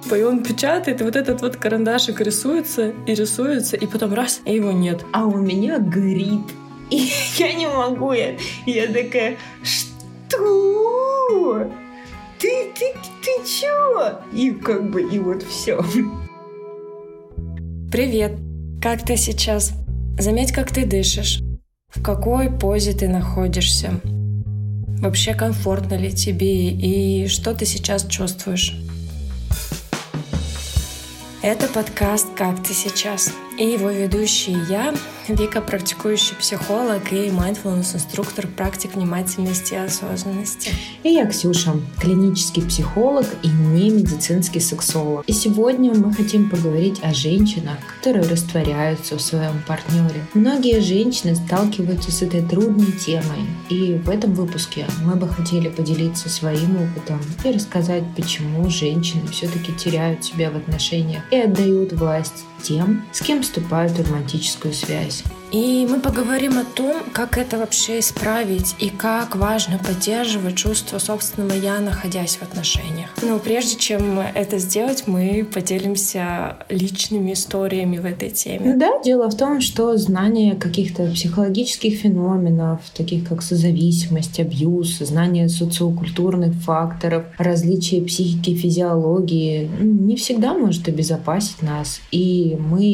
типа, и он печатает, и вот этот вот карандашик рисуется, и потом раз, и его нет. А у меня горит. И я не могу. Я такая, что? Ты чё? И и вот все. Привет! Как ты сейчас? Заметь, как ты дышишь. В какой позе ты находишься? Вообще комфортно ли тебе и что ты сейчас чувствуешь? Это подкаст «Как ты сейчас?» и его ведущий я, Вика, практикующий психолог и mindfulness-инструктор практик внимательности и осознанности. И я, Ксюша, клинический психолог и не медицинский сексолог. И сегодня мы хотим поговорить о женщинах, которые растворяются в своем партнере. Многие женщины сталкиваются с этой трудной темой, и в этом выпуске мы бы хотели поделиться своим опытом и рассказать, почему женщины все-таки теряют себя в отношениях и отдают власть тем, с кем вступают в романтическую связь. И мы поговорим о том, как это вообще исправить и как важно поддерживать чувство собственного «я», находясь в отношениях. Но прежде чем это сделать, мы поделимся личными историями в этой теме. Да, дело в том, что знание каких-то психологических феноменов, таких как созависимость, абьюз, знание социокультурных факторов, различия психики и физиологии не всегда может обезопасить нас. И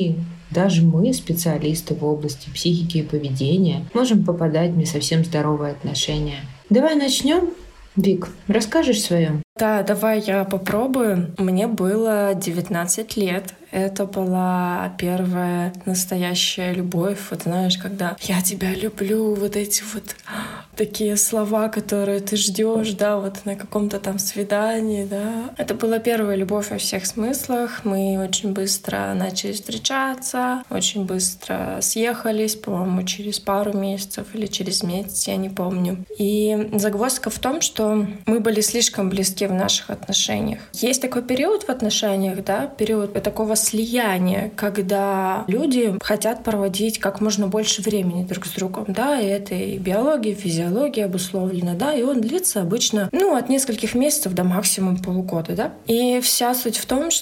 даже мы, специалисты в области психики и поведения, можем попадать в не совсем здоровые отношения. Давай начнем. Вик, расскажешь своё? Да, давай я попробую. Мне было 19 лет. Это была первая настоящая любовь. Вот знаешь, когда «я тебя люблю», вот эти вот такие слова, которые ты ждешь, да, вот на каком-то там свидании, да. Это была первая любовь во всех смыслах. Мы очень быстро начали встречаться, очень быстро съехались, по-моему, через пару месяцев или через месяц, я не помню. И загвоздка в том, что мы были слишком близки в наших отношениях. Есть такой период в отношениях, да, период такого слияния, когда люди хотят проводить как можно больше времени друг с другом, да, и это и биология, и физиология обусловлено, да, и он длится обычно, от нескольких месяцев до максимум полугода, да. И вся суть в том,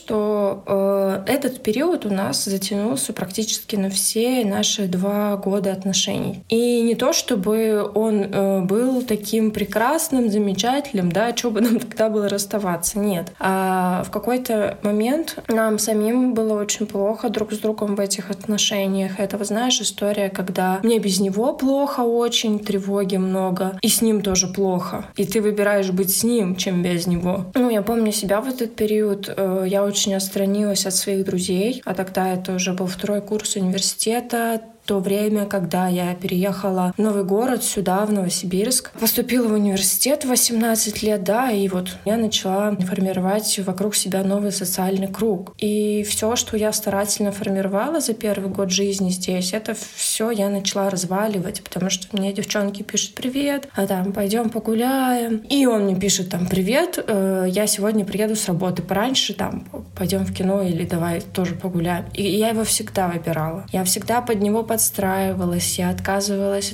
что этот период у нас затянулся практически на все наши 2 года отношений. И не то, чтобы он был таким прекрасным, замечательным, да, что бы нам тогда было расставаться, нет. А в какой-то момент нам самим было очень плохо друг с другом в этих отношениях. Это, вот знаешь, история, когда мне без него плохо очень, тревоги много, и с ним тоже плохо. И ты выбираешь быть с ним, чем без него. Я помню себя в этот период. Я очень отстранилась от своих друзей, а тогда это уже был 2-й курс университета, то время, когда я переехала в новый город, сюда, в Новосибирск. Поступила в университет в 18 лет, да, и вот я начала формировать вокруг себя новый социальный круг. И все, что я старательно формировала за первый год жизни здесь, это все я начала разваливать, потому что мне девчонки пишут «Привет», а там «Пойдем погуляем». И он мне пишет там «Привет, я сегодня приеду с работы пораньше, там пойдем в кино или давай тоже погуляем». И я его всегда выбирала. Я всегда под него подстраивалась, я отказывалась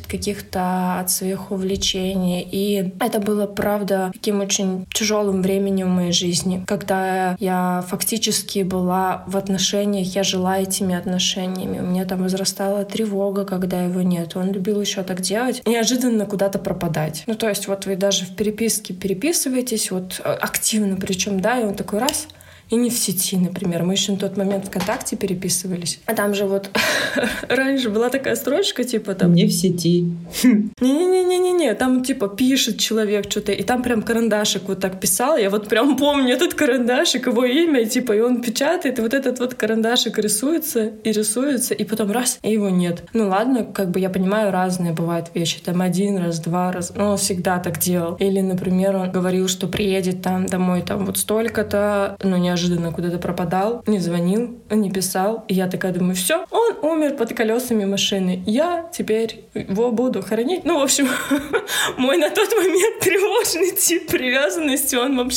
от своих увлечений. И это было, правда, таким очень тяжелым временем в моей жизни, когда я фактически была в отношениях, я жила этими отношениями. У меня там возрастала тревога, когда его нет. Он любил еще так делать, неожиданно куда-то пропадать. То есть вот вы даже в переписке переписываетесь, вот активно причем, да, и он такой раз — и не в сети, например. Мы еще на тот момент ВКонтакте переписывались. А там же вот раньше была такая строчка, типа там... Не в сети. Не-не-не-не-не. Там типа пишет человек что-то, и там прям карандашик вот так писал. Я вот прям помню этот карандашик, его имя, и он печатает, и вот этот вот карандашик рисуется, и потом раз, и его нет. Ладно, я понимаю, разные бывают вещи. Там 1 раз, 2 раза. Но он всегда так делал. Или, например, он говорил, что приедет там домой там вот столько-то, неожиданно куда-то пропадал, не звонил, не писал. И я такая думаю, все, он умер под колесами машины. Я теперь его буду хоронить. В общем, мой на тот момент тревожный тип привязанности,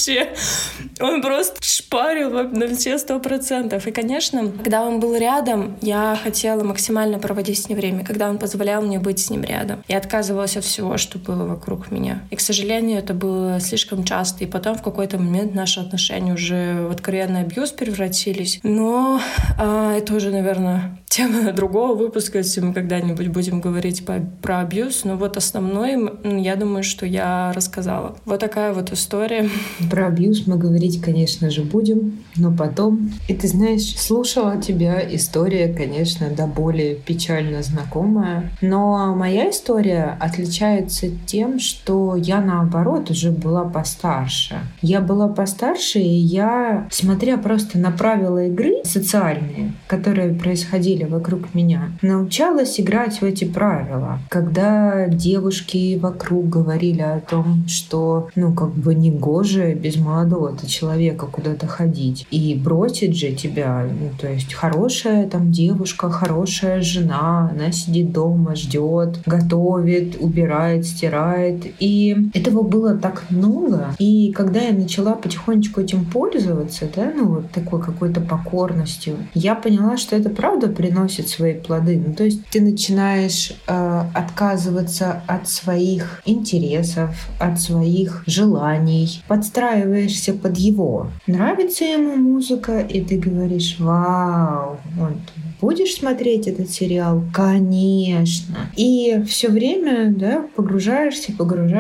он просто шпарил на все 100%. И, конечно, когда он был рядом, я хотела максимально проводить с ним время, когда он позволял мне быть с ним рядом. Я отказывалась от всего, что было вокруг меня. И, к сожалению, это было слишком часто. И потом в какой-то момент наши отношения уже в откровенном откровенный абьюз превратились. Но это уже, наверное, тема другого выпуска, если мы когда-нибудь будем говорить про абьюз. Но вот основной, я думаю, что я рассказала. Вот такая вот история. Про абьюз мы говорить, конечно же, будем, но потом. И ты знаешь, слушала тебя, история, конечно, до боли печально знакомая. Но моя история отличается тем, что я, наоборот, уже была постарше. Я была постарше, и я, смотря просто на правила игры социальные, которые происходили вокруг меня, научалась играть в эти правила. Когда девушки вокруг говорили о том, что, негоже без молодого-то человека куда-то ходить. И бросит же тебя, то есть хорошая там девушка, хорошая жена, она сидит дома, ждет, готовит, убирает, стирает. И этого было так много. И когда я начала потихонечку этим пользоваться, такой какой-то покорностью, я поняла, что это правда приносит свои плоды. То есть ты начинаешь отказываться от своих интересов, от своих желаний, подстраиваешься под его. Нравится ему музыка, и ты говоришь: вау, будешь смотреть этот сериал? Конечно. И все время, погружаешься,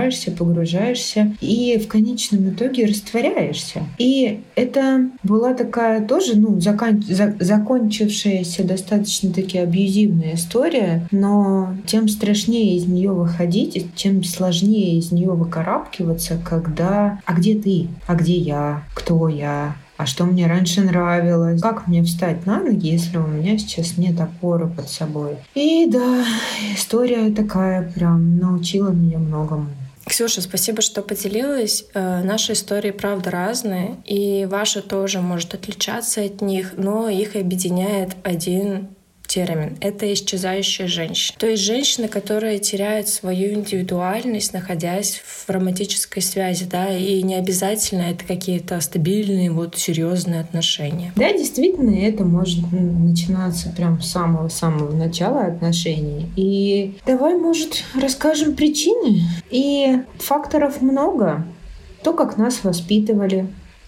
и в конечном итоге растворяешься. И это была такая тоже, закончившаяся достаточно-таки абьюзивная история, но тем страшнее из нее выходить, тем сложнее из нее выкарабкиваться, когда «а где ты? А где я? Кто я? А что мне раньше нравилось? Как мне встать на ноги, если у меня сейчас нет опоры под собой?» И да, история такая прям научила меня многому. Ксюша, спасибо, что поделилась. Наши истории, правда, разные, и ваша тоже может отличаться от них, но их объединяет один термин — это исчезающая женщина. То есть женщина, которая теряет свою индивидуальность, находясь в романтической связи, и не обязательно это какие-то стабильные, серьезные отношения. Да, действительно, это может начинаться прям с самого-самого начала отношений. И давай, может, расскажем причины. И факторов много. То, как нас воспитывали,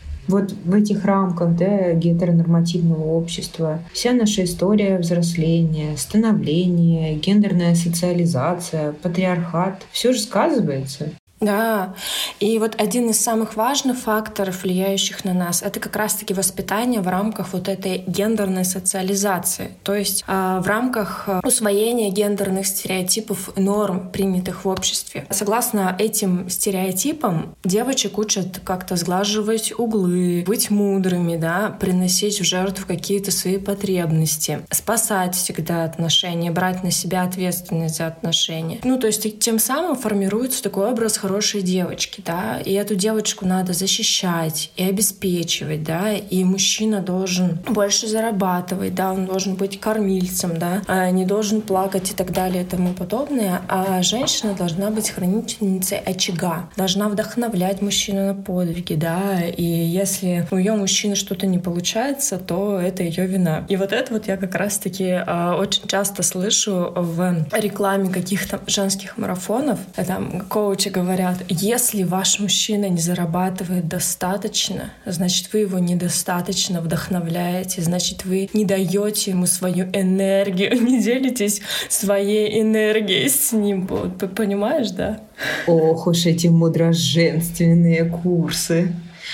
в этих рамках гетеронормативного общества. Вся наша история взросления, становления, гендерная социализация, патриархат — все же сказывается. Да, и один из самых важных факторов, влияющих на нас, это как раз-таки воспитание в рамках этой гендерной социализации, то есть в рамках усвоения гендерных стереотипов и норм, принятых в обществе. Согласно этим стереотипам, девочек учат как-то сглаживать углы, быть мудрыми, приносить в жертву какие-то свои потребности, спасать всегда отношения, брать на себя ответственность за отношения. То есть тем самым формируется такой образ хорошей девочки, и эту девочку надо защищать и обеспечивать, и мужчина должен больше зарабатывать, он должен быть кормильцем, не должен плакать и так далее и тому подобное, а женщина должна быть хранительницей очага, должна вдохновлять мужчину на подвиги, и если у ее мужчины что-то не получается, то это ее вина. И это я как раз-таки очень часто слышу в рекламе каких-то женских марафонов, коучи говорят: если ваш мужчина не зарабатывает достаточно, значит, вы его недостаточно вдохновляете, значит, вы не даете ему свою энергию, не делитесь своей энергией с ним. Понимаешь, да? Ох уж эти мудроженственные курсы.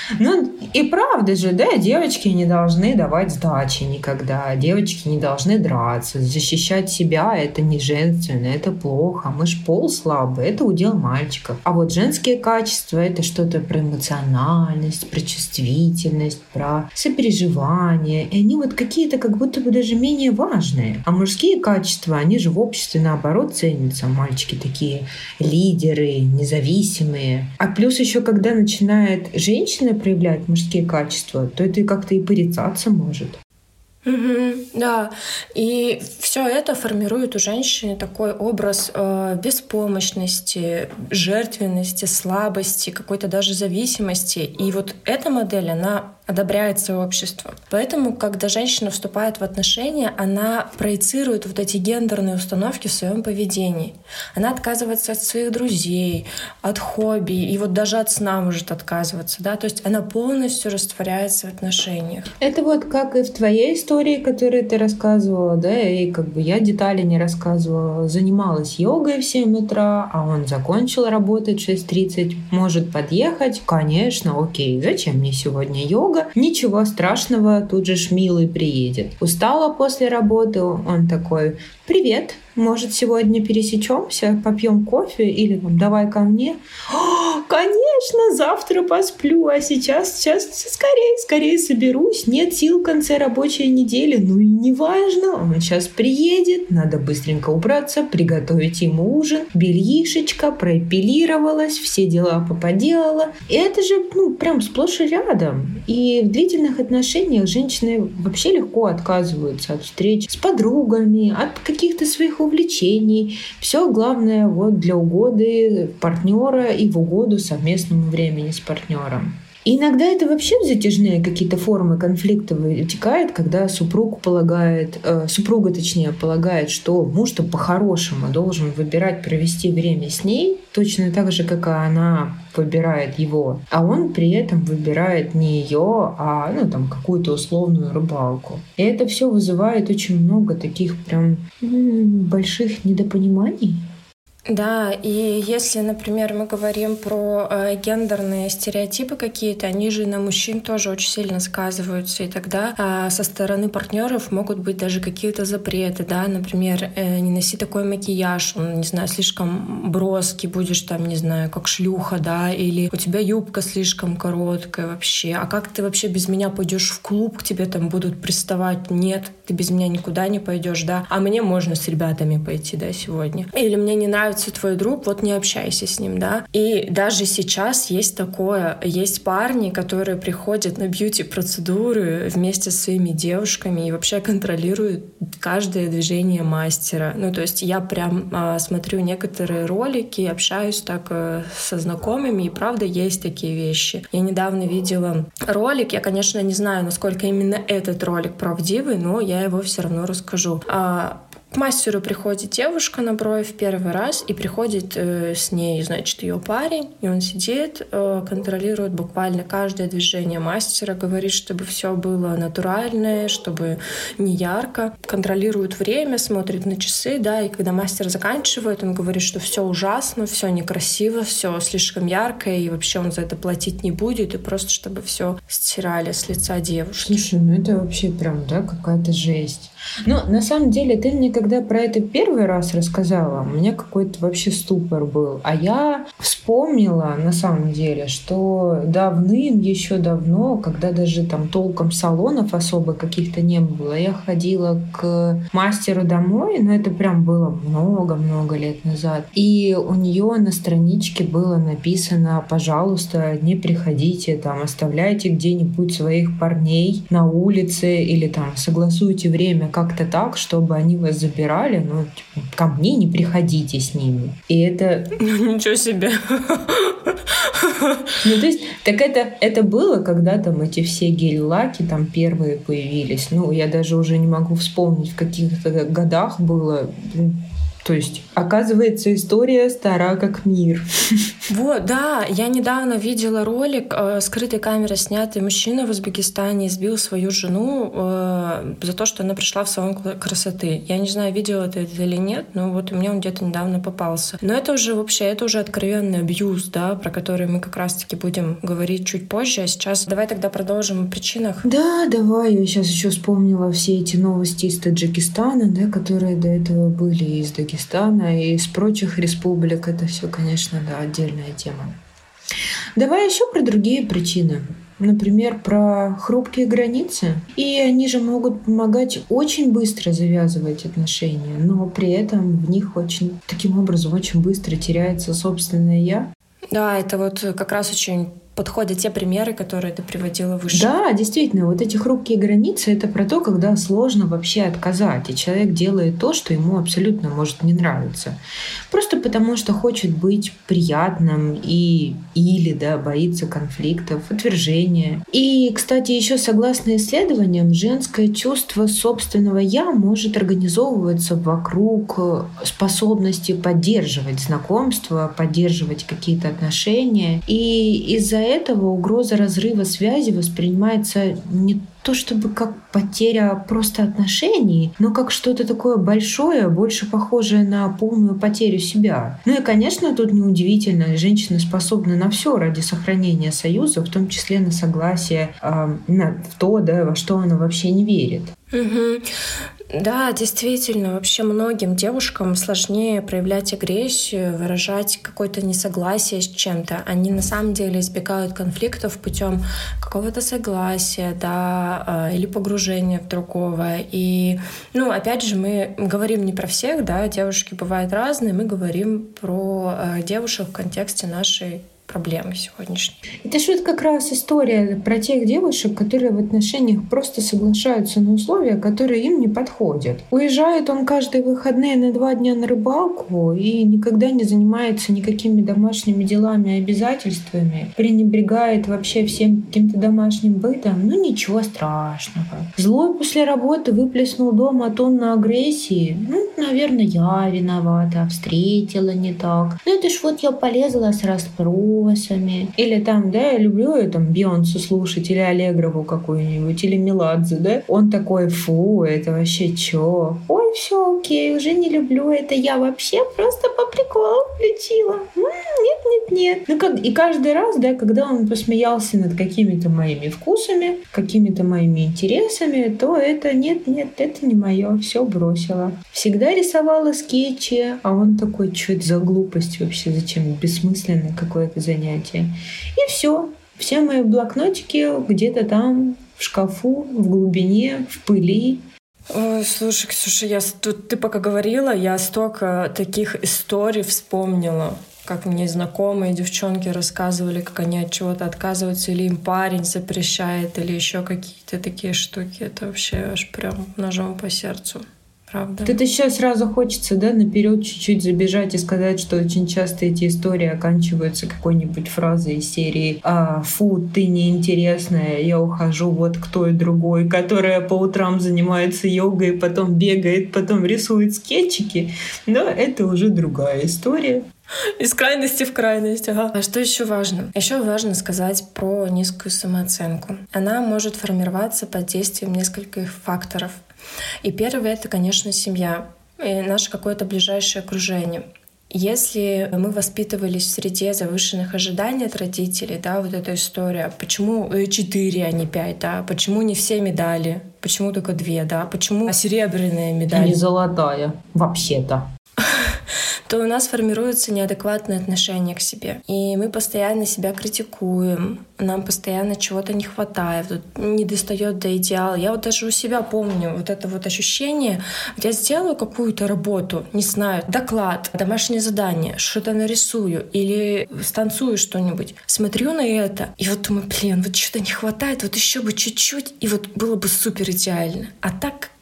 И правда же, девочки не должны давать сдачи никогда, девочки не должны драться, защищать себя — это не женственно, это плохо, мы ж пол слабый, это удел мальчиков. А женские качества — это что-то про эмоциональность, про чувствительность, про сопереживание, и они какие-то как будто бы даже менее важные. А мужские качества, они же в обществе наоборот ценятся, мальчики такие лидеры, независимые. А плюс еще, когда начинает женщина проявлять мужские качества, то это как-то и порицаться может. Да, и все это формирует у женщины такой образ беспомощности, жертвенности, слабости, какой-то даже зависимости. И эта модель, она одобряется обществом. Поэтому, когда женщина вступает в отношения, она проецирует вот эти гендерные установки в своем поведении. Она отказывается от своих друзей, от хобби, и вот даже от сна может отказываться, да, то есть она полностью растворяется в отношениях. Это вот как и в твоей истории, которую ты рассказывала, да, и как бы я детали не рассказывала. Занималась йогой в 7 утра, а он закончил работать в 6:30, может подъехать, конечно, окей, зачем мне сегодня йога? Ничего страшного, тут же милый приедет. Устала после работы, он такой: привет, может, сегодня пересечемся, попьем кофе или там, давай ко мне. О, конечно, завтра посплю, а сейчас скорее соберусь. Нет сил в конце рабочей недели, ну и неважно, он сейчас приедет, надо быстренько убраться, приготовить ему ужин, бельишечко, проэпилировалась, все дела поподелала. И это же, прям сплошь и рядом. И в длительных отношениях женщины вообще легко отказываются от встреч с подругами, от каких-то своих увлечений. Все главное вот для угоды партнера и в угоду совместному времени с партнером. И иногда это вообще в затяжные какие-то формы конфликта вытекает, когда супруга полагает, что муж-то по-хорошему должен выбирать провести время с ней, точно так же, как и она выбирает его, а он при этом выбирает не ее, а какую-то условную рыбалку. И это все вызывает очень много таких прям больших недопониманий. Да, и если, например, мы говорим про гендерные стереотипы какие-то, они же на мужчин тоже очень сильно сказываются, и тогда со стороны партнеров могут быть даже какие-то запреты, да, например, не носи такой макияж, он, не знаю, слишком броский, будешь там, не знаю, как шлюха, да, или у тебя юбка слишком короткая вообще, а как ты вообще без меня пойдешь в клуб, к тебе там будут приставать, нет, ты без меня никуда не пойдешь, да, а мне можно с ребятами пойти, да, сегодня, или мне не нравится твой друг, вот не общайся с ним, да. И даже сейчас есть такое. Есть парни, которые приходят на бьюти-процедуры вместе со своими девушками и вообще контролируют каждое движение мастера. То есть я прям смотрю некоторые ролики, общаюсь так со знакомыми, и правда есть такие вещи. Я недавно видела ролик, я, конечно, не знаю, насколько именно этот ролик правдивый, но я его все равно расскажу. К мастеру приходит девушка на бровь в первый раз, и приходит с ней, значит, ее парень, и он сидит, контролирует буквально каждое движение мастера, говорит, чтобы все было натуральное, чтобы не ярко, контролирует время, смотрит на часы, да, и когда мастер заканчивает, он говорит, что все ужасно, все некрасиво, все слишком яркое, и вообще он за это платить не будет, и просто чтобы все стирали с лица девушки. Слушай, это вообще прям, да, какая-то жесть. Но на самом деле ты мне когда про это первый раз рассказала, у меня какой-то вообще ступор был. А я вспомнила на самом деле, что еще давно, когда даже там толком салонов особо каких-то не было, я ходила к мастеру домой, но это прям было много-много лет назад. И у нее на страничке было написано: пожалуйста, не приходите, там, оставляйте где-нибудь своих парней на улице или там согласуйте время как-то так, чтобы они вас забирали, ко мне не приходите с ними. И это... Ничего себе! То есть, так это было, когда там эти все гель-лаки там первые появились. Я даже уже не могу вспомнить, в каких-то годах было. То есть, оказывается, история стара как мир. Вот, да, я недавно видела ролик, скрытой камерой снятый мужчина в Узбекистане избил свою жену за то, что она пришла в салон красоты. Я не знаю, видела ты это или нет, но вот у меня он где-то недавно попался. Но это уже откровенный абьюз, да, про который мы как раз-таки будем говорить чуть позже. А сейчас давай тогда продолжим о причинах. Да, давай. Я сейчас еще вспомнила все эти новости из Таджикистана, да, которые до этого были из Дагестана и из прочих республик. Это все, конечно, да, отдельная тема. Давай еще про другие причины. Например, про хрупкие границы. И они же могут помогать очень быстро завязывать отношения, но при этом в них таким образом очень быстро теряется собственное «я». Да, это вот как раз очень подходят те примеры, которые ты приводила выше. Да, действительно, вот эти хрупкие границы — это про то, когда сложно вообще отказать, и человек делает то, что ему абсолютно может не нравиться. Просто потому, что хочет быть приятным или боится конфликтов, отвержения. И, кстати, еще согласно исследованиям, женское чувство собственного «я» может организовываться вокруг способности поддерживать знакомства, поддерживать какие-то отношения. И из-за этого угроза разрыва связи воспринимается не то чтобы как потеря просто отношений, но как что-то такое большое, больше похожее на полную потерю себя. Ну и, конечно, тут неудивительно, женщины способны на все ради сохранения союза, в том числе на согласие в то, во что она вообще не верит. Угу. Да, действительно, вообще многим девушкам сложнее проявлять агрессию, выражать какое-то несогласие с чем-то. Они на самом деле избегают конфликтов путем какого-то согласия, или погружения в другого. И, опять же, мы говорим не про всех, девушки бывают разные, мы говорим про девушек в контексте нашей проблемы сегодняшней. Это же как раз история про тех девушек, которые в отношениях просто соглашаются на условия, которые им не подходят. Уезжает он каждые выходные на 2 дня на рыбалку и никогда не занимается никакими домашними делами и обязательствами, пренебрегает вообще всем каким-то домашним бытом. Ничего страшного. Злой после работы выплеснул дома тонну агрессии. Наверное, я виновата, встретила не так. Это ж вот я полезла с расспросами. Или я люблю Бейонсе слушать, или Аллегрову какую-нибудь, или Меладзе, Он такой, фу, это вообще чё? Ой, все окей, уже не люблю это, я вообще просто по приколу включила. Нет. И каждый раз, когда он посмеялся над какими-то моими вкусами, какими-то моими интересами, то это нет, это не мое, все бросила. Всегда рисовала скетчи, а он такой, что это за глупость вообще, зачем, бессмысленное какое-то занятие. И все мои блокнотики где-то там в шкафу, в глубине, в пыли. Ой, слушай, Ксюша, ты пока говорила, я столько таких историй вспомнила, как мне знакомые девчонки рассказывали, как они от чего-то отказываются, или им парень запрещает, или еще какие-то такие штуки. Это вообще аж прям ножом по сердцу. Правда. Тут еще сразу хочется, наперед чуть-чуть забежать и сказать, что очень часто эти истории оканчиваются какой-нибудь фразой из серии «Фу, ты неинтересная, я ухожу вот к той другой, которая по утрам занимается йогой, потом бегает, потом рисует скетчики». Но это уже другая история. Из крайности в крайность, ага. А что еще важно? Еще важно сказать про низкую самооценку. Она может формироваться под действием нескольких факторов. И первый — это, конечно, семья и наше какое-то ближайшее окружение. Если мы воспитывались в среде завышенных ожиданий от родителей, вот эта история, почему 4, а не 5, почему не все медали, почему только 2, почему серебряная медаль. Не золотая, вообще-то. То у нас формируется неадекватное отношение к себе. И мы постоянно себя критикуем, нам постоянно чего-то не хватает, не достает до идеала. Я даже у себя помню это ощущение, я сделаю какую-то работу, не знаю, доклад, домашнее задание, что-то нарисую или станцую что-нибудь, смотрю на это и думаю, что-то не хватает, еще бы чуть-чуть, и было бы супер идеально. А так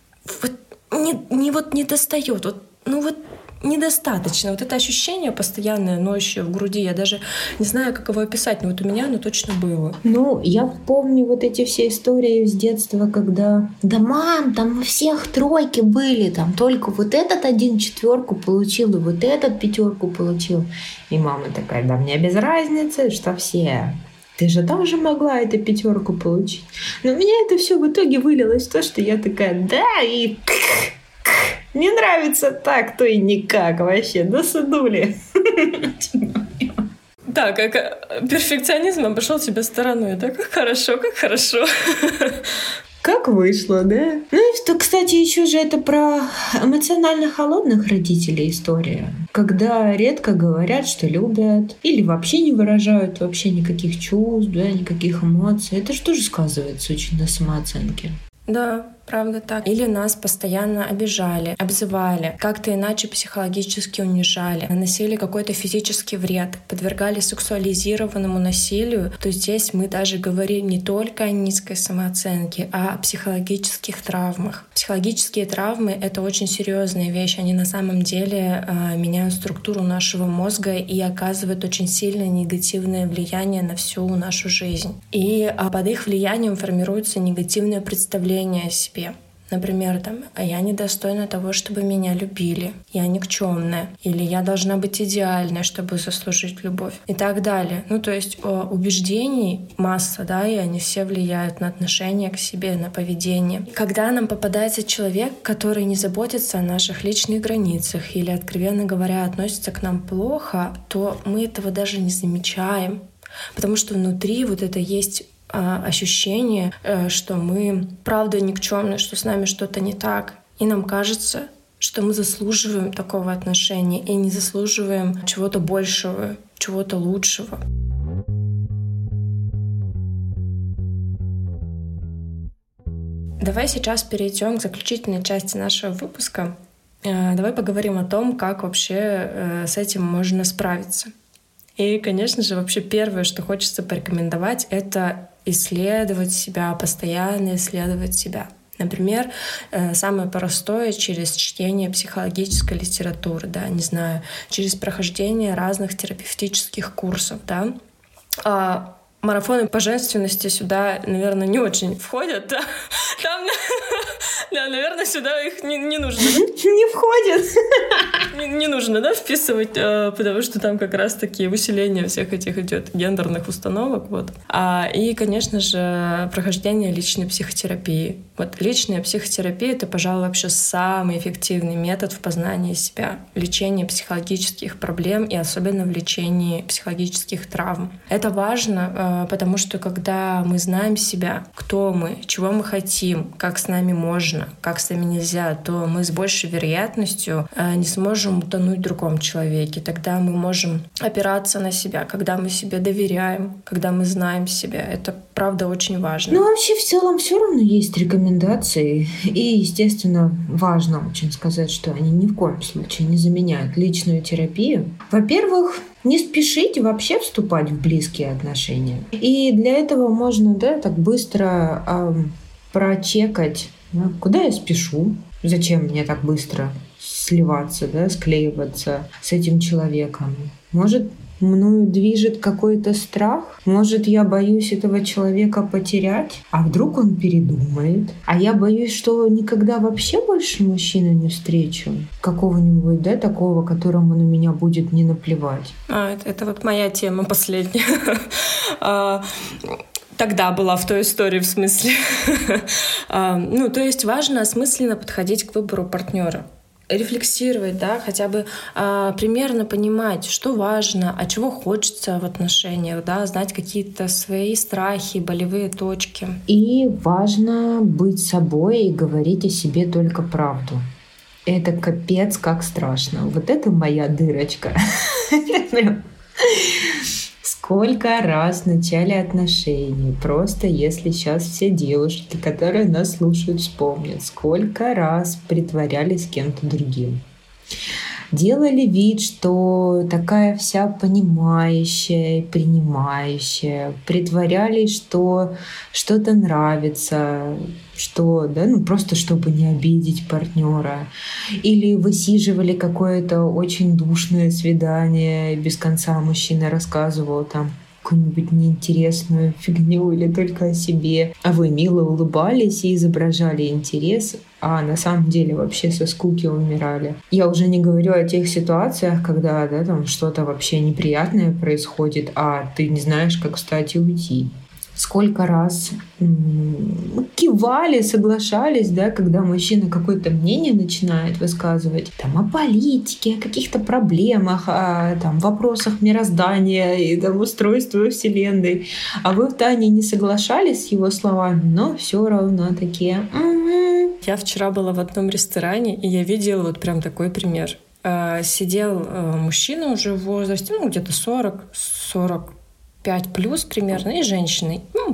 не достает, недостаточно. Это ощущение постоянное, ноющее в груди. Я даже не знаю, как его описать, но у меня оно точно было. Я помню эти все истории с детства, когда мам, там у всех 3 были, там только этот 1 4 получил, и этот 5 получил. И мама такая, мне без разницы, что все. Ты же тоже могла эту 5 получить. Но у меня это все в итоге вылилось в то, что я такая, и... Не нравится так, то и никак вообще. Досудули. Да, как перфекционизм обошел тебя стороной. Да, как хорошо. Как вышло, да? И, кстати, еще же это про эмоционально холодных родителей история. Когда редко говорят, что любят, или вообще не выражают вообще никаких чувств, никаких эмоций. Это же тоже сказывается очень на самооценке. Да, Правда так. Или нас постоянно обижали, обзывали, как-то иначе психологически унижали, наносили какой-то физический вред, подвергали сексуализированному насилию, то здесь мы даже говорим не только о низкой самооценке, а о психологических травмах. Психологические травмы — это очень серьезная вещь. Они на самом деле меняют структуру нашего мозга и оказывают очень сильное негативное влияние на всю нашу жизнь. И под их влиянием формируется негативное представление о себе. Например, я недостойна того, чтобы меня любили, я никчемная, или я должна быть идеальной, чтобы заслужить любовь, и так далее. То есть убеждений масса, и они все влияют на отношение к себе, на поведение. Когда нам попадается человек, который не заботится о наших личных границах или, откровенно говоря, относится к нам плохо, то мы этого даже не замечаем, потому что внутри это есть ощущение, что мы правда никчемны, что с нами что-то не так. И нам кажется, что мы заслуживаем такого отношения и не заслуживаем чего-то большего, чего-то лучшего. Давай сейчас перейдем к заключительной части нашего выпуска. Давай поговорим о том, как вообще с этим можно справиться. И, конечно же, вообще первое, что хочется порекомендовать, это исследовать себя, постоянно исследовать себя. Например, самое простое — через чтение психологической литературы, через прохождение разных терапевтических курсов, Марафоны по женственности сюда, наверное, не очень входят. Там, наверное, сюда их не нужно. Не входят. Не нужно, вписывать, потому что там как раз-таки усиление всех этих идет гендерных установок. И, конечно же, прохождение личной психотерапии. Личная психотерапия — это, пожалуй, вообще самый эффективный метод в познании себя, лечении психологических проблем и особенно в лечении психологических травм. Это важно, потому что когда мы знаем себя, кто мы, чего мы хотим, как с нами можно, как с нами нельзя, то мы с большей вероятностью не сможем утонуть в другом человеке. Тогда мы можем опираться на себя, когда мы себе доверяем, когда мы знаем себя. Это, правда, очень важно. Вообще, в целом, все равно есть рекомендации. И, естественно, важно очень сказать, что они ни в коем случае не заменяют личную терапию. Во-первых, не спешите вообще вступать в близкие отношения. И для этого можно, так быстро прочекать, куда я спешу, зачем мне так быстро сливаться, склеиваться с этим человеком. Может, мною движет какой-то страх? Может, я боюсь этого человека потерять? А вдруг он передумает? А я боюсь, что никогда вообще больше мужчину не встречу. Какого-нибудь, такого, которому на меня будет не наплевать. Это моя тема последняя. Тогда была в той истории, в смысле. То есть важно осмысленно подходить к выбору партнера. Рефлексировать, хотя бы примерно понимать, что важно, а чего хочется в отношениях, знать какие-то свои страхи, болевые точки. И важно быть собой и говорить о себе только правду. Это капец как страшно. Это моя дырочка. Сколько раз в начале отношений, просто если сейчас все девушки, которые нас слушают, вспомнят, сколько раз притворялись кем-то другим. Делали вид, что такая вся понимающая, принимающая, притворялись, что что-то нравится, что, просто чтобы не обидеть партнера. Или высиживали какое-то очень душное свидание, без конца мужчина рассказывал какую-нибудь неинтересную фигню или только о себе. А вы мило улыбались и изображали интерес, а на самом деле вообще со скуки умирали. Я уже не говорю о тех ситуациях, когда что-то вообще неприятное происходит, а ты не знаешь, как встать и уйти. Сколько раз кивали, соглашались, когда мужчина какое-то мнение начинает высказывать о политике, о каких-то проблемах, о вопросах мироздания и устройства Вселенной. А вы в Тане не соглашались с его словами, но все равно такие... Я вчера была в одном ресторане, и я видела прям такой пример. Сидел мужчина уже в возрасте, где-то 40 плюс примерно, и женщины,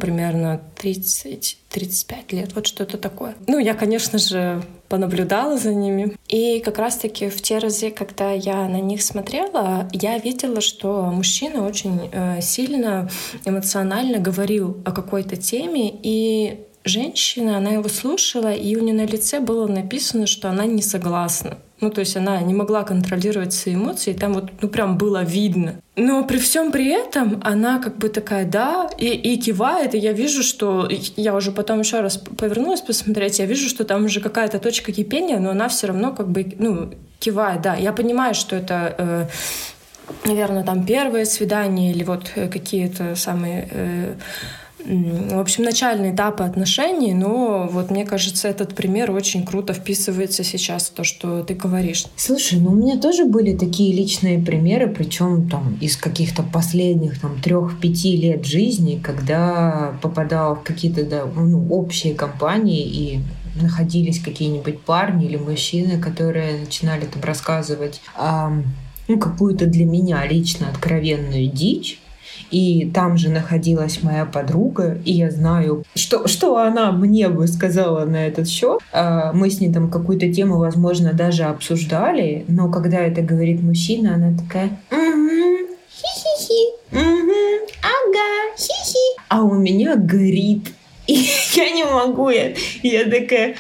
примерно 30-35 лет, вот что-то такое. Ну, я, конечно же, понаблюдала за ними. И как раз-таки в те разы, когда я на них смотрела, я видела, что мужчина очень сильно эмоционально говорил о какой-то теме, и женщина, она его слушала, и у нее на лице было написано, что она не согласна. Ну, то есть она не могла контролировать свои эмоции, и там вот, ну, прям было видно. Но при всем при этом она как бы такая, да, и кивает, и я вижу, что... Я уже потом еще раз повернулась посмотреть, я вижу, что там уже какая-то точка кипения, но она все равно как бы, ну, кивает, да. Я понимаю, что это, наверное, там первое свидание или вот какие-то самые... в общем, начальные этапы отношений, но вот мне кажется, этот пример очень круто вписывается сейчас в то, что ты говоришь. Слушай, ну у меня тоже были такие личные примеры, причем там из каких-то последних там 3-5 лет жизни, когда попадала в какие-то общие компании и находились какие-нибудь парни или мужчины, которые начинали там рассказывать какую-то для меня лично откровенную дичь. И там же находилась моя подруга, и я знаю, что она мне бы сказала на этот счет. Мы с ней там какую-то тему, возможно, даже обсуждали, но когда это говорит мужчина, она такая: угу, хи-хи-хи, угу, ага, хи-хи. А у меня горит. И я не могу. Я такая: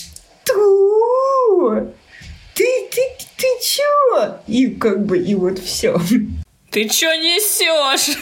что? Ты чё? И как бы, и вот все. Ты чё несешь?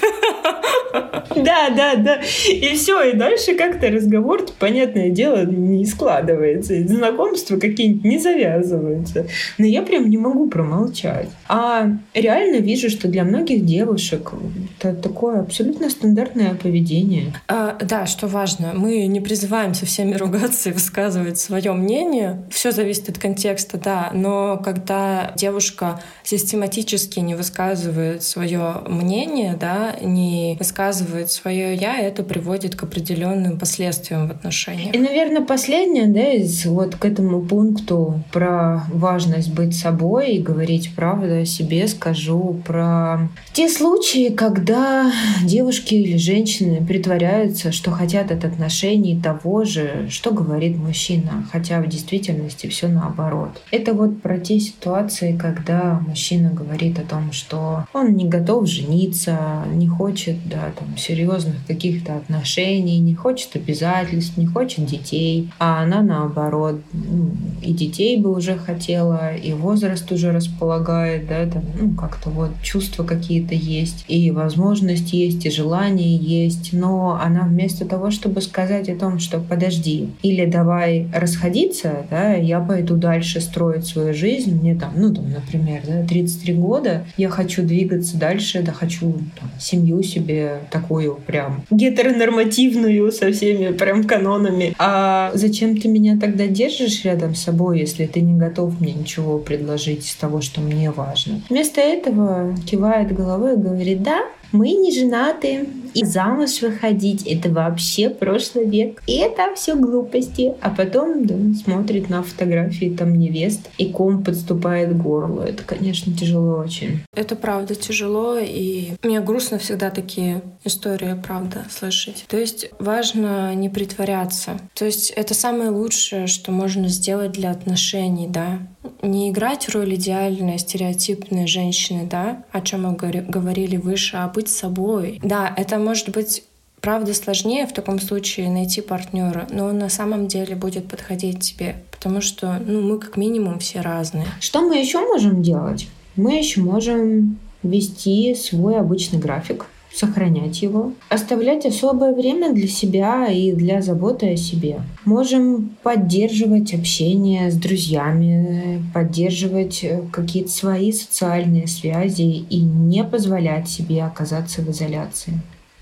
Да. И все, и дальше как-то разговор, понятное дело, не складывается. И знакомства какие-нибудь не завязываются. Но я прям не могу промолчать. А реально вижу, что для многих девушек это такое абсолютно стандартное поведение. Да, что важно, мы не призываем со всеми ругаться и высказывать свое мнение. Все зависит от контекста, да. Но когда девушка систематически не высказывает свое мнение, да, не высказывает свое я, это приводит к определенным последствиям в отношениях. И, наверное, последнее, да, из вот к этому пункту про важность быть собой и говорить правду о себе, скажу про те случаи, когда девушки или женщины притворяются, что хотят от отношений того же, что говорит мужчина, хотя в действительности все наоборот. Это вот про те ситуации, когда мужчина говорит о том, что он не готов жениться, не хочет, да, там, серьезных каких-то отношений, не хочет обязательств, не хочет детей, а она наоборот, и детей бы уже хотела, и возраст уже располагает, да, там, как-то вот чувства какие-то есть, и возможность есть, и желание есть, но она вместо того, чтобы сказать о том, что подожди, или давай расходиться, да, я пойду дальше строить свою жизнь, мне там, например, да, 33 года, я хочу двигаться дальше, да, хочу семью себе такую прям гетеронормативную со всеми прям канонами. А зачем ты меня тогда держишь рядом с собой, если ты не готов мне ничего предложить из того, что мне важно? Вместо этого кивает головой и говорит: да, мы не женаты, и замуж выходить — это вообще прошлый век. И это все глупости. А потом, да, смотрит на фотографии там невест, и ком подступает к горлу. Это, конечно, тяжело очень. Это правда тяжело, и мне грустно всегда такие истории, правда, слышать. То есть важно не притворяться. То есть это самое лучшее, что можно сделать для отношений, да. Не играть роль идеальной, стереотипной женщины, да, о чем мы говорили выше, а быть собой. Да, это может быть правда сложнее в таком случае найти партнера, но он на самом деле будет подходить тебе, потому что, мы как минимум все разные. Что мы еще можем делать? Мы еще можем вести свой обычный график, сохранять его, оставлять особое время для себя и для заботы о себе. Можем поддерживать общение с друзьями, поддерживать какие-то свои социальные связи и не позволять себе оказаться в изоляции.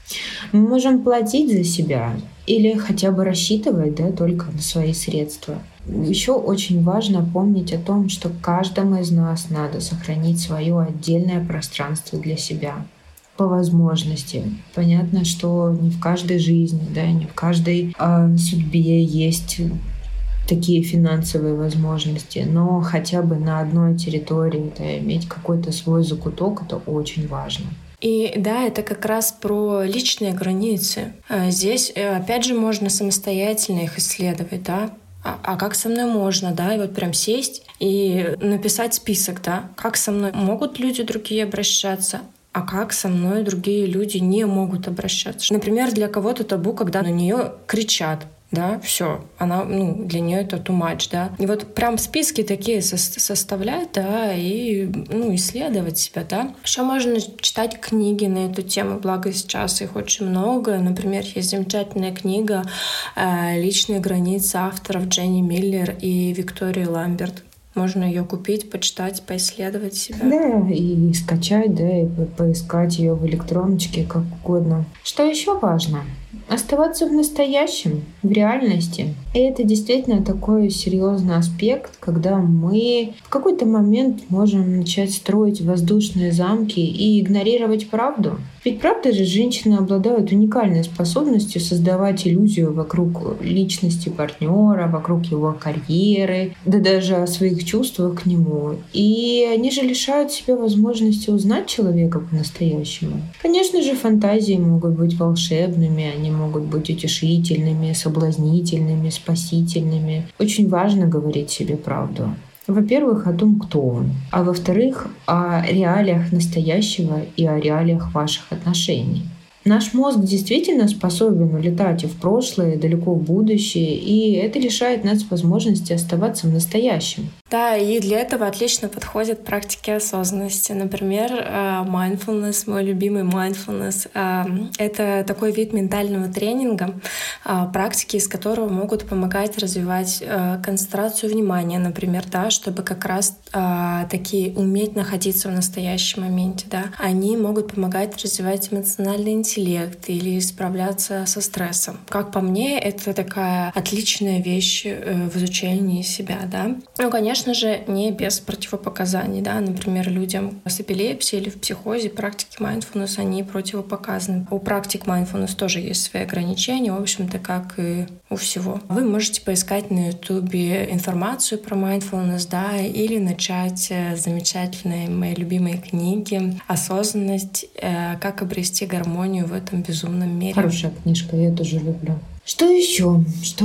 Мы можем платить за себя или хотя бы рассчитывать, да, только на свои средства. Еще очень важно помнить о том, что каждому из нас надо сохранить свое отдельное пространство для себя. По возможности. Понятно, что не в каждой жизни, да, не в каждой судьбе есть такие финансовые возможности, но хотя бы на одной территории, да, иметь какой-то свой закуток — это очень важно. И да, это как раз про личные границы. Здесь, опять же, можно самостоятельно их исследовать, да. А как со мной можно, да, и вот прям сесть и написать список, да, как со мной могут люди другие обращаться, а как со мной другие люди не могут обращаться. Например, для кого-то табу, когда на нее кричат, да, все, она, для нее это too much, да. И вот прям списки такие составлять, да, и, исследовать себя, да. Еще можно читать книги на эту тему, благо сейчас их очень много. Например, есть замечательная книга «Личные границы» авторов Дженни Миллер и Виктории Ламберт. Можно ее купить, почитать, поисследовать себя. Да, и скачать, да, и поискать ее в электроночке, как угодно. Что еще важно? Оставаться в настоящем, в реальности. И это действительно такой серьезный аспект, когда мы в какой-то момент можем начать строить воздушные замки и игнорировать правду. Ведь правда же, женщины обладают уникальной способностью создавать иллюзию вокруг личности партнера, вокруг его карьеры, да даже о своих чувствах к нему. И они же лишают себя возможности узнать человека по-настоящему. Конечно же, фантазии могут быть волшебными, они могут быть утешительными, соблазнительными, спасительными. Очень важно говорить себе правду. Во-первых, о том, кто он. А во-вторых, о реалиях настоящего и о реалиях ваших отношений. Наш мозг действительно способен улетать и в прошлое, и далеко в будущее, и это лишает нас возможности оставаться в настоящем. Да, и для этого отлично подходят практики осознанности. Например, mindfulness, мой любимый mindfulness. Это такой вид ментального тренинга, практики из которого могут помогать развивать концентрацию внимания, например, да, чтобы как раз таки уметь находиться в настоящем моменте. Да. Они могут помогать развивать эмоциональный интеллект или справляться со стрессом. Как по мне, это такая отличная вещь в изучении себя. Да. Ну, конечно же, не без противопоказаний. Да? Например, людям с эпилепсией или в психозе практики mindfulness, они противопоказаны. У практик mindfulness тоже есть свои ограничения, в общем-то, как и у всего. Вы можете поискать на YouTube информацию про mindfulness, да, или начать с замечательной моей любимой книги «Осознанность. Как обрести гармонию в этом безумном мире». Хорошая книжка, я тоже люблю. Что еще?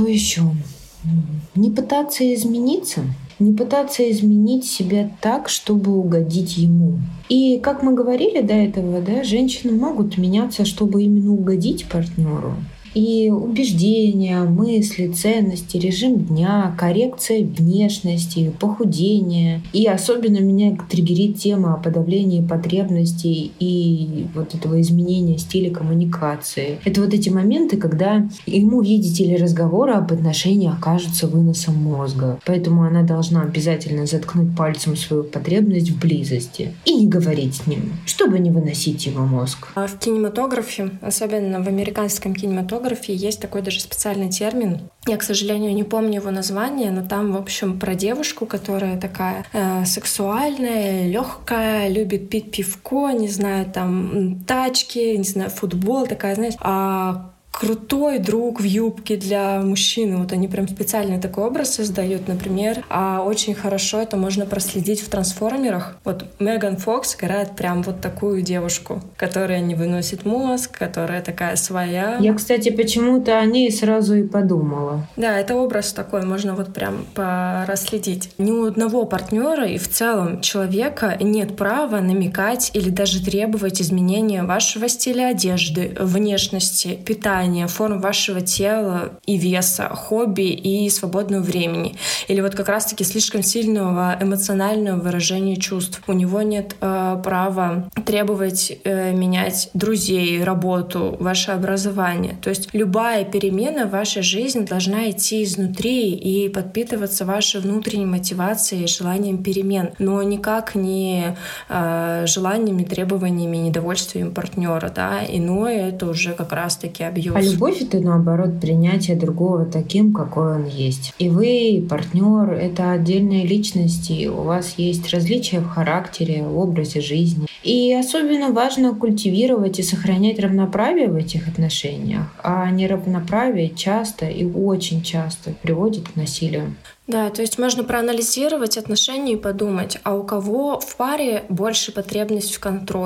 Не пытаться измениться. Не пытаться изменить себя так, чтобы угодить ему. И, как мы говорили до этого, да, женщины могут меняться, чтобы именно угодить партнеру. И убеждения, мысли, ценности, режим дня, коррекция внешности, похудение. И особенно меня триггерит тема о подавлении потребностей и вот этого изменения стиля коммуникации. Это вот эти моменты, когда ему, видите ли, разговоры об отношениях кажутся выносом мозга. Поэтому она должна обязательно заткнуть пальцем свою потребность в близости и не говорить с ним, чтобы не выносить его мозг. В кинематографе, особенно в американском кинематографе, есть такой даже специальный термин. Я, к сожалению, не помню его название, но там, в общем, про девушку, которая такая сексуальная, легкая, любит пить пивко, не знаю, там тачки, не знаю, футбол, такая, знаешь, крутой друг в юбке для мужчины. Вот они прям специально такой образ создают, например. А очень хорошо это можно проследить в «Трансформерах». Вот Меган Фокс играет прям вот такую девушку, которая не выносит мозг, которая такая своя. Я, кстати, почему-то о ней сразу и подумала. Да, это образ такой, можно вот прям проследить. Ни у одного партнера и в целом человека нет права намекать или даже требовать изменения вашего стиля одежды, внешности, питания, форм вашего тела и веса, хобби и свободного времени. Или вот как раз-таки слишком сильного эмоционального выражения чувств. У него нет права требовать менять друзей, работу, ваше образование. То есть любая перемена в вашей жизни должна идти изнутри и подпитываться вашей внутренней мотивацией и желанием перемен, но никак не желаниями, требованиями, недовольствием партнера. Да? Иное — это уже как раз-таки абьюз. А любовь — это, наоборот, принятие другого таким, какой он есть. И вы, и партнер — это отдельные личности, у вас есть различия в характере, в образе жизни. И особенно важно культивировать и сохранять равноправие в этих отношениях, а неравноправие часто и очень часто приводит к насилию. Да, то есть можно проанализировать отношения и подумать, а у кого в паре больше потребность в контроле?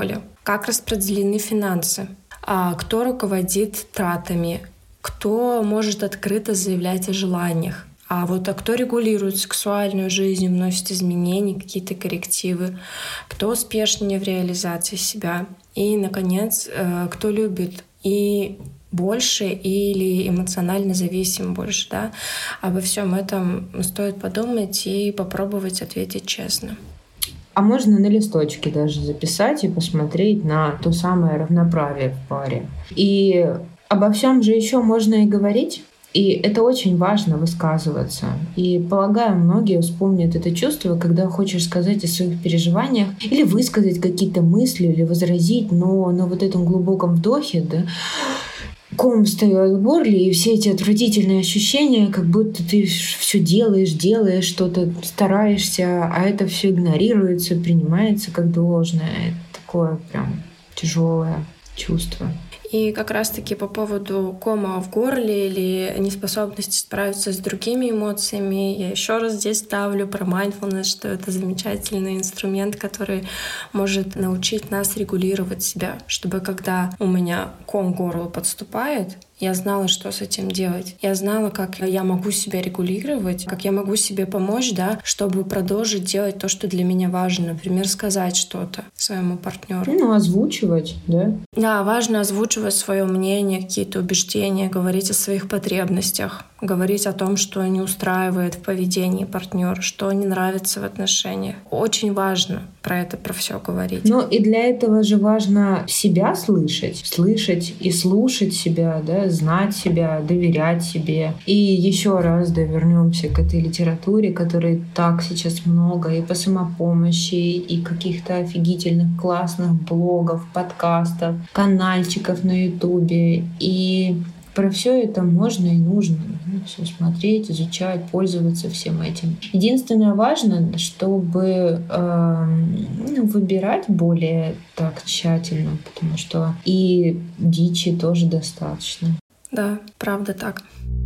как распределены финансы, кто руководит тратами, кто может открыто заявлять о желаниях, а кто регулирует сексуальную жизнь, вносит изменения, какие-то коррективы, кто успешнее в реализации себя, и, наконец, кто любит и больше или эмоционально зависим больше, да? Обо всем этом стоит подумать и попробовать ответить честно. А можно на листочке даже записать и посмотреть на то самое равноправие в паре. И обо всем же еще можно и говорить. И это очень важно высказываться. И, полагаю, многие вспомнят это чувство, когда хочешь сказать о своих переживаниях или высказать какие-то мысли, или возразить, но на вот этом глубоком вдохе, да, ком встает в горле, и все эти отвратительные ощущения, как будто ты все делаешь что-то, стараешься, а это все игнорируется, принимается как должное. Это такое прям тяжелое чувство. И как раз-таки по поводу кома в горле или неспособности справиться с другими эмоциями, я еще раз здесь ставлю про mindfulness, что это замечательный инструмент, который может научить нас регулировать себя, чтобы когда у меня ком к горлу подступает, я знала, что с этим делать. Я знала, как я могу себя регулировать, как я могу себе помочь, да, чтобы продолжить делать то, что для меня важно. Например, сказать что-то своему партнеру. Озвучивать, да? Да, важно озвучивать свое мнение, какие-то убеждения, говорить о своих потребностях, говорить о том, что не устраивает в поведении партнера, что не нравится в отношениях. Очень важно про все говорить. И для этого же важно себя слышать и слушать себя, да, знать себя, доверять себе. И еще раз, да, вернемся к этой литературе, которой так сейчас много, и по самопомощи, и каких-то офигительных классных блогов, подкастов, канальчиков на Ютубе. И про все это можно и нужно все смотреть, изучать, пользоваться всем этим. Единственное важно, чтобы выбирать более так тщательно, потому что и дичи тоже достаточно. Да, правда так.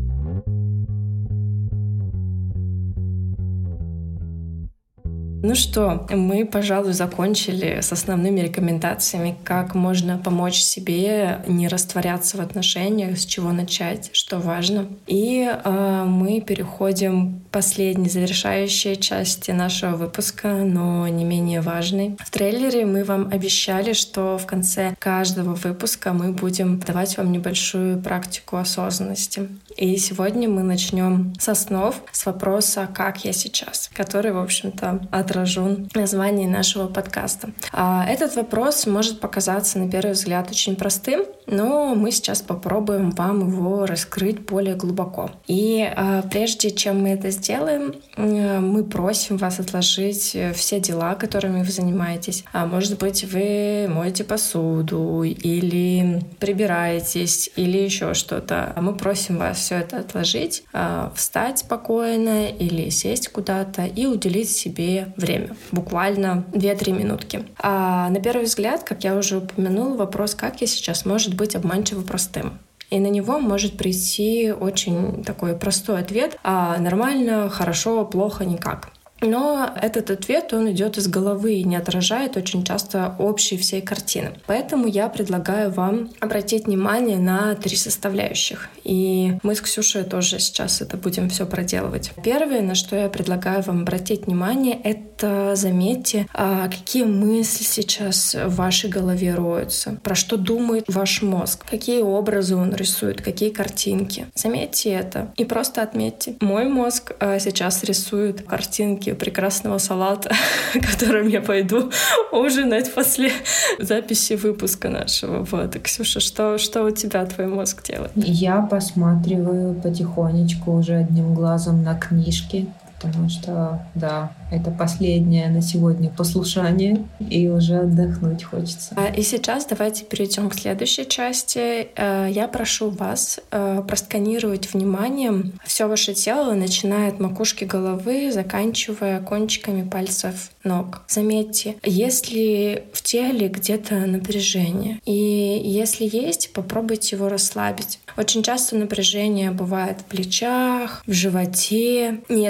Ну что, мы, пожалуй, закончили с основными рекомендациями, как можно помочь себе не растворяться в отношениях, с чего начать, что важно. И мы переходим к последней, завершающей части нашего выпуска, но не менее важной. В трейлере мы вам обещали, что в конце каждого выпуска мы будем давать вам небольшую практику осознанности. И сегодня мы начнем с основ, с вопроса «Как я сейчас?», который, в общем-то, отражен в названии нашего подкаста. Этот вопрос может показаться на первый взгляд очень простым, но мы сейчас попробуем вам его раскрыть более глубоко. И прежде чем мы это сделаем, мы просим вас отложить все дела, которыми вы занимаетесь. Может быть, вы моете посуду или прибираетесь, или еще что-то. Мы просим вас все это отложить, встать спокойно или сесть куда-то и уделить себе время. Буквально 2-3 минутки. На первый взгляд, как я уже упомянула, вопрос «Как я сейчас?» может быть обманчиво простым. И на него может прийти очень такой простой ответ «нормально», «хорошо», «плохо», «никак». Но этот ответ, он идет из головы и не отражает очень часто общей всей картины. Поэтому я предлагаю вам обратить внимание на 3 составляющих. И мы с Ксюшей тоже сейчас это будем все проделывать. Первое, на что я предлагаю вам обратить внимание, это заметьте, какие мысли сейчас в вашей голове роются, про что думает ваш мозг, какие образы он рисует, какие картинки. Заметьте это и просто отметьте. Мой мозг сейчас рисует картинки прекрасного салата, которым я пойду ужинать после записи выпуска нашего. Вот. Ксюша, что у тебя твой мозг делает? Я посматриваю потихонечку уже одним глазом на книжки, потому что, да, это последнее на сегодня послушание, и уже отдохнуть хочется. И сейчас давайте перейдем к следующей части. Я прошу вас просканировать вниманием все ваше тело, начиная от макушки головы, заканчивая кончиками пальцев ног. Заметьте, есть ли в теле где-то напряжение, и если есть, попробуйте его расслабить. Очень часто напряжение бывает в плечах, в животе, и это, кстати,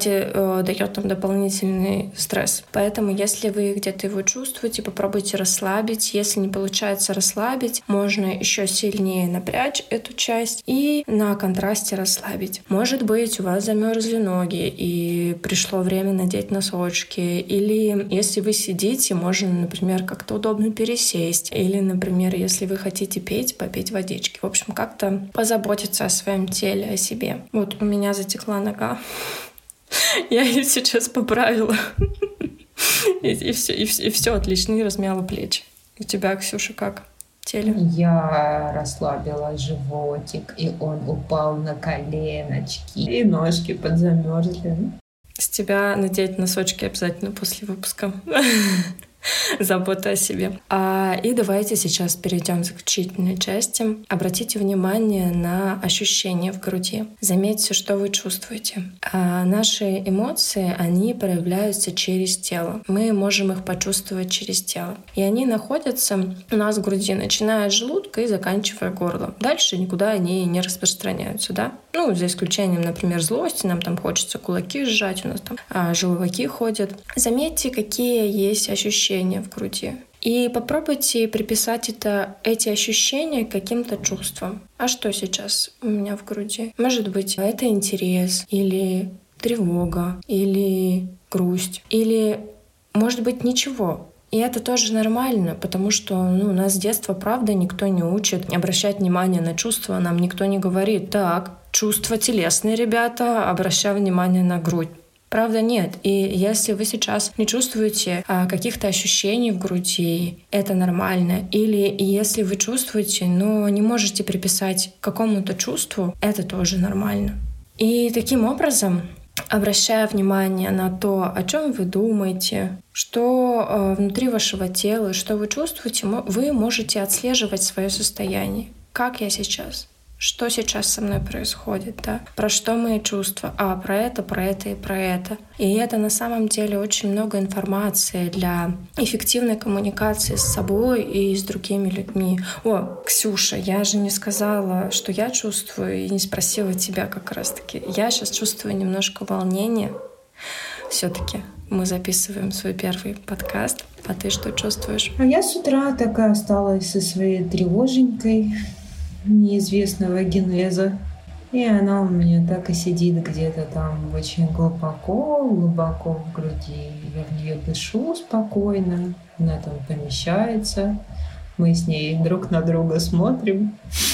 кстати, дает нам дополнительный стресс. Поэтому, если вы где-то его чувствуете, попробуйте расслабить. Если не получается расслабить, можно еще сильнее напрячь эту часть и на контрасте расслабить. Может быть, у вас замерзли ноги и пришло время надеть носочки. Или если вы сидите, можно, например, как-то удобно пересесть. Или, например, если вы хотите петь, попить водички. В общем, как-то позаботиться о своем теле, о себе. Вот у меня затекла нога. Я ее сейчас поправила. И все отлично, и размяла плечи. У тебя, Ксюша, как в теле? Я расслабила животик, и он упал на коленочки, и ножки подзамерзли. С тебя надеть носочки обязательно после выпуска. Забота о себе. И давайте сейчас перейдем к заключительной части. Обратите внимание на ощущения в груди. Заметьте, что вы чувствуете. Наши эмоции, они проявляются через тело. Мы можем их почувствовать через тело. И они находятся у нас в груди, начиная от желудка и заканчивая горлом. Дальше никуда они не распространяются, да? Ну, за исключением, например, злости. Нам там хочется кулаки сжать, у нас там желваки ходят. Заметьте, какие есть ощущения в груди. И попробуйте приписать эти ощущения к каким-то чувствам. А что сейчас у меня в груди? Может быть, это интерес, или тревога, или грусть, или, может быть, ничего. И это тоже нормально, потому что нас с детства, правда, никто не учит обращать внимание на чувства. Нам никто не говорит: так, чувства телесные, ребята, обращай внимание на грудь. Правда, нет. И если вы сейчас не чувствуете каких-то ощущений в груди, это нормально. Или если вы чувствуете, но не можете приписать какому-то чувству, это тоже нормально. И таким образом, обращая внимание на то, о чем вы думаете, что внутри вашего тела, что вы чувствуете, вы можете отслеживать свое состояние. Как я сейчас? Что сейчас со мной происходит, да? Про что мои чувства? Про это и про это. И это на самом деле очень много информации для эффективной коммуникации с собой и с другими людьми. Ксюша, я же не сказала, что я чувствую, и не спросила тебя как раз-таки. Я сейчас чувствую немножко волнения. Все-таки мы записываем свой первый подкаст. А ты что чувствуешь? Я с утра так и осталась со своей тревоженькой неизвестного генеза. И она у меня так и сидит где-то там очень глубоко в груди. Я в нее дышу спокойно, она там помещается. Мы с ней друг на друга смотрим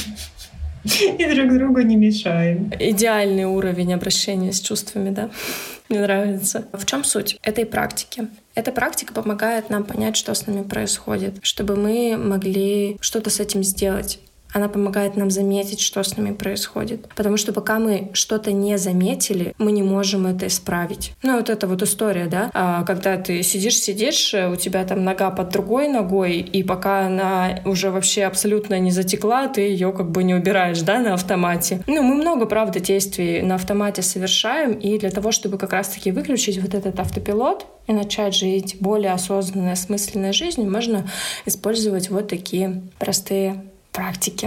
и друг другу не мешаем. Идеальный уровень обращения с чувствами, да? Мне нравится. В чем суть этой практики? Эта практика помогает нам понять, что с нами происходит, чтобы мы могли что-то с этим сделать. Она помогает нам заметить, что с нами происходит. Потому что пока мы что-то не заметили, мы не можем это исправить. Вот эта вот история, да? Когда ты сидишь, у тебя там нога под другой ногой, и пока она уже вообще абсолютно не затекла, ты ее как бы не убираешь, да, на автомате. Мы много, правда, действий на автомате совершаем, и для того, чтобы как раз-таки выключить вот этот автопилот и начать жить более осознанной, осмысленной жизнью, можно использовать вот такие простые практики.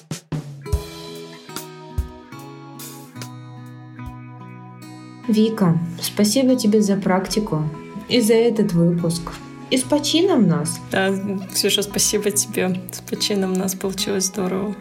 Вика, спасибо тебе за практику и за этот выпуск. И с почином нас. Да, Ксюша, спасибо тебе. С почином нас получилось здорово.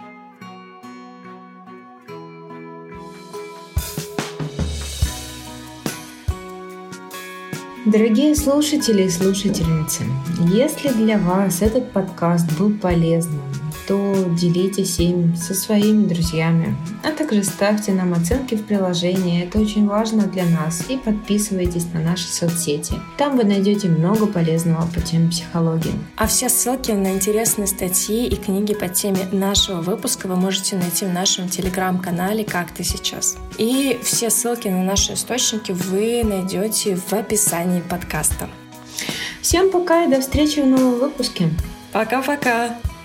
Дорогие слушатели и слушательницы, если для вас этот подкаст был полезным, то делитесь им со своими друзьями, а также ставьте нам оценки в приложении, это очень важно для нас, и подписывайтесь на наши соцсети. Там вы найдете много полезного по теме психологии. А все ссылки на интересные статьи и книги по теме нашего выпуска вы можете найти в нашем телеграм-канале «Как ты сейчас?». И все ссылки на наши источники вы найдете в описании подкаста. Всем пока и до встречи в новом выпуске. Пока-пока!